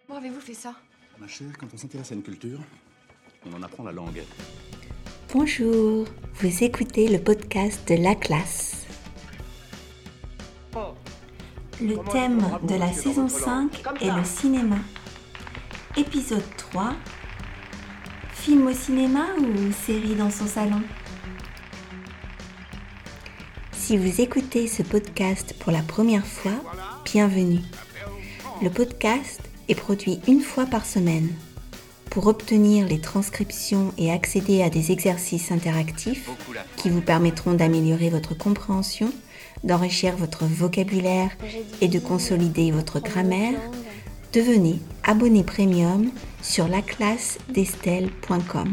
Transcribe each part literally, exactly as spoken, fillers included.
Comment avez-vous fait ça? Ma chère, quand on s'intéresse à une culture, on en apprend la langue. Bonjour, vous écoutez le podcast de La Classe. Le thème de la saison cinq est le cinéma. Épisode trois. Film au cinéma ou série dans son salon? Si vous écoutez ce podcast pour la première fois, bienvenue. Le podcast est produit une fois par semaine. Pour obtenir les transcriptions et accéder à des exercices interactifs qui vous permettront d'améliorer votre compréhension, d'enrichir votre vocabulaire et de consolider votre grammaire, devenez abonné premium sur la classe d'estelle point com.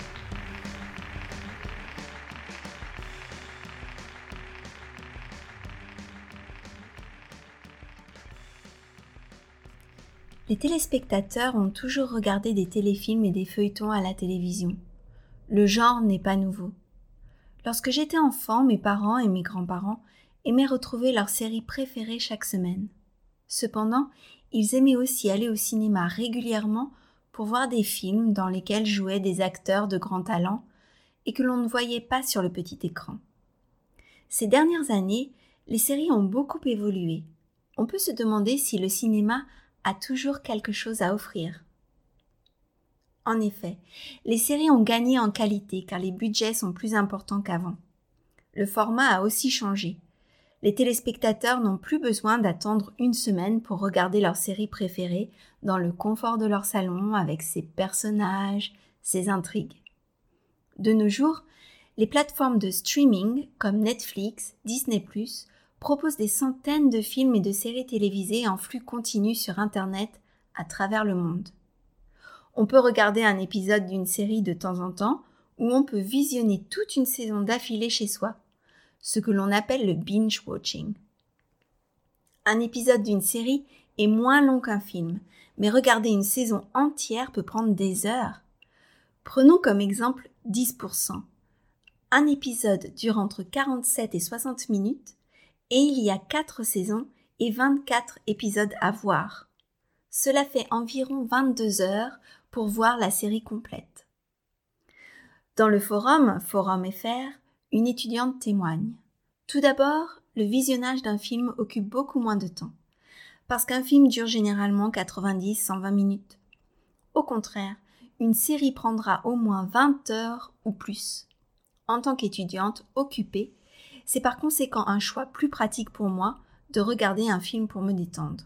Les téléspectateurs ont toujours regardé des téléfilms et des feuilletons à la télévision. Le genre n'est pas nouveau. Lorsque j'étais enfant, mes parents et mes grands-parents aimaient retrouver leurs séries préférées chaque semaine. Cependant, ils aimaient aussi aller au cinéma régulièrement pour voir des films dans lesquels jouaient des acteurs de grand talent et que l'on ne voyait pas sur le petit écran. Ces dernières années, les séries ont beaucoup évolué. On peut se demander si le cinéma a toujours quelque chose à offrir. En effet, les séries ont gagné en qualité car les budgets sont plus importants qu'avant. Le format a aussi changé. Les téléspectateurs n'ont plus besoin d'attendre une semaine pour regarder leur série préférée dans le confort de leur salon avec ses personnages, ses intrigues. De nos jours, les plateformes de streaming comme Netflix, Disney plus, propose des centaines de films et de séries télévisées en flux continu sur Internet à travers le monde. On peut regarder un épisode d'une série de temps en temps ou on peut visionner toute une saison d'affilée chez soi, ce que l'on appelle le binge-watching. Un épisode d'une série est moins long qu'un film, mais regarder une saison entière peut prendre des heures. Prenons comme exemple dix pour cent. Un épisode dure entre quarante-sept et soixante minutes, et il y a quatre saisons et vingt-quatre épisodes à voir. Cela fait environ vingt-deux heures pour voir la série complète. Dans le forum, Forum F R, une étudiante témoigne. Tout d'abord, le visionnage d'un film occupe beaucoup moins de temps, parce qu'un film dure généralement quatre-vingt-dix à cent vingt minutes. Au contraire, une série prendra au moins vingt heures ou plus. En tant qu'étudiante occupée, c'est par conséquent un choix plus pratique pour moi de regarder un film pour me détendre.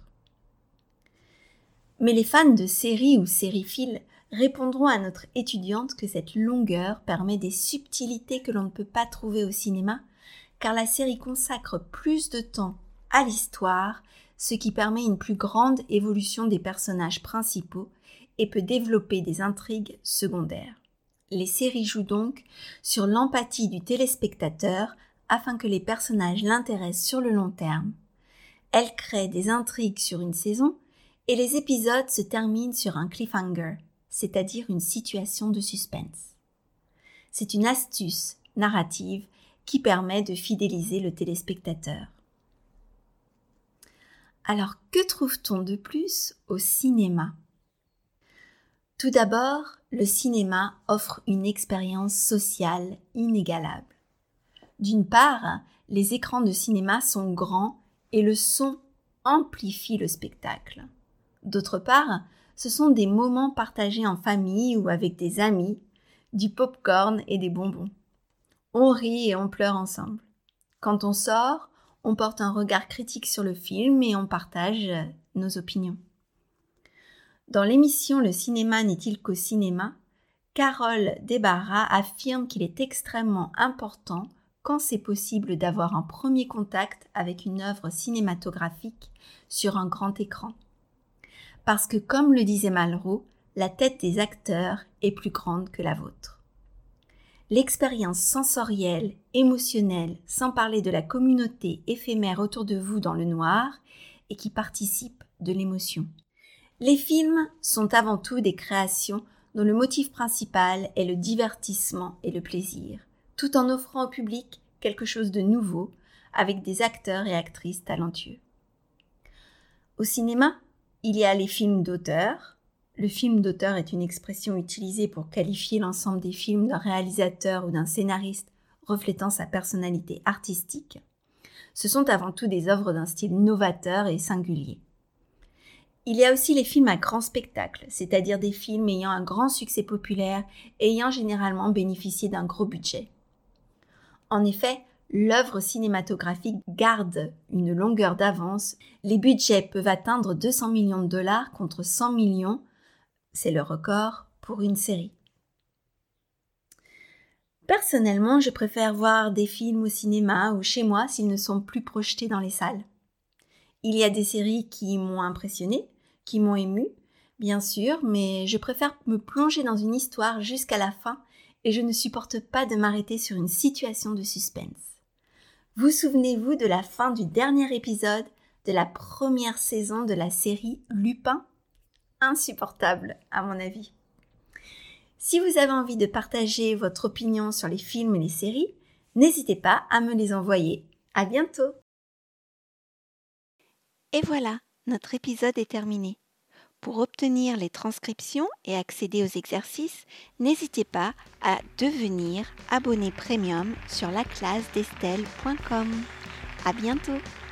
Mais les fans de séries ou sériphiles répondront à notre étudiante que cette longueur permet des subtilités que l'on ne peut pas trouver au cinéma, car la série consacre plus de temps à l'histoire, ce qui permet une plus grande évolution des personnages principaux et peut développer des intrigues secondaires. Les séries jouent donc sur l'empathie du téléspectateur afin que les personnages l'intéressent sur le long terme. Elles créent des intrigues sur une saison et les épisodes se terminent sur un cliffhanger, c'est-à-dire une situation de suspense. C'est une astuce narrative qui permet de fidéliser le téléspectateur. Alors, que trouve-t-on de plus au cinéma ? Tout d'abord, le cinéma offre une expérience sociale inégalable. D'une part, les écrans de cinéma sont grands et le son amplifie le spectacle. D'autre part, ce sont des moments partagés en famille ou avec des amis, du pop-corn et des bonbons. On rit et on pleure ensemble. Quand on sort, on porte un regard critique sur le film et on partage nos opinions. Dans l'émission Le cinéma n'est-il qu'au cinéma, Carole Desbarras affirme qu'il est extrêmement important quand c'est possible d'avoir un premier contact avec une œuvre cinématographique sur un grand écran. Parce que, comme le disait Malraux, la tête des acteurs est plus grande que la vôtre. L'expérience sensorielle, émotionnelle, sans parler de la communauté éphémère autour de vous dans le noir et qui participe de l'émotion. Les films sont avant tout des créations dont le motif principal est le divertissement et le plaisir, tout en offrant au public quelque chose de nouveau, avec des acteurs et actrices talentueux. Au cinéma, Il y a les films d'auteur. Le film d'auteur est une expression utilisée pour qualifier l'ensemble des films d'un réalisateur ou d'un scénariste reflétant sa personnalité artistique. Ce sont avant tout des œuvres d'un style novateur et singulier. Il y a aussi les films à grand spectacle, c'est-à-dire des films ayant un grand succès populaire et ayant généralement bénéficié d'un gros budget. En effet, l'œuvre cinématographique garde une longueur d'avance. Les budgets peuvent atteindre deux cents millions de dollars contre cent millions, c'est le record pour une série. Personnellement, je préfère voir des films au cinéma ou chez moi s'ils ne sont plus projetés dans les salles. Il y a des séries qui m'ont impressionnée, qui m'ont émue, bien sûr, mais je préfère me plonger dans une histoire jusqu'à la fin et je ne supporte pas de m'arrêter sur une situation de suspense. Vous souvenez-vous de la fin du dernier épisode de la première saison de la série Lupin ? Insupportable, à mon avis. Si vous avez envie de partager votre opinion sur les films et les séries, n'hésitez pas à me les envoyer. À bientôt! Et voilà, notre épisode est terminé. Pour obtenir les transcriptions et accéder aux exercices, n'hésitez pas à devenir abonné premium sur la classe d'estelle point com. À bientôt!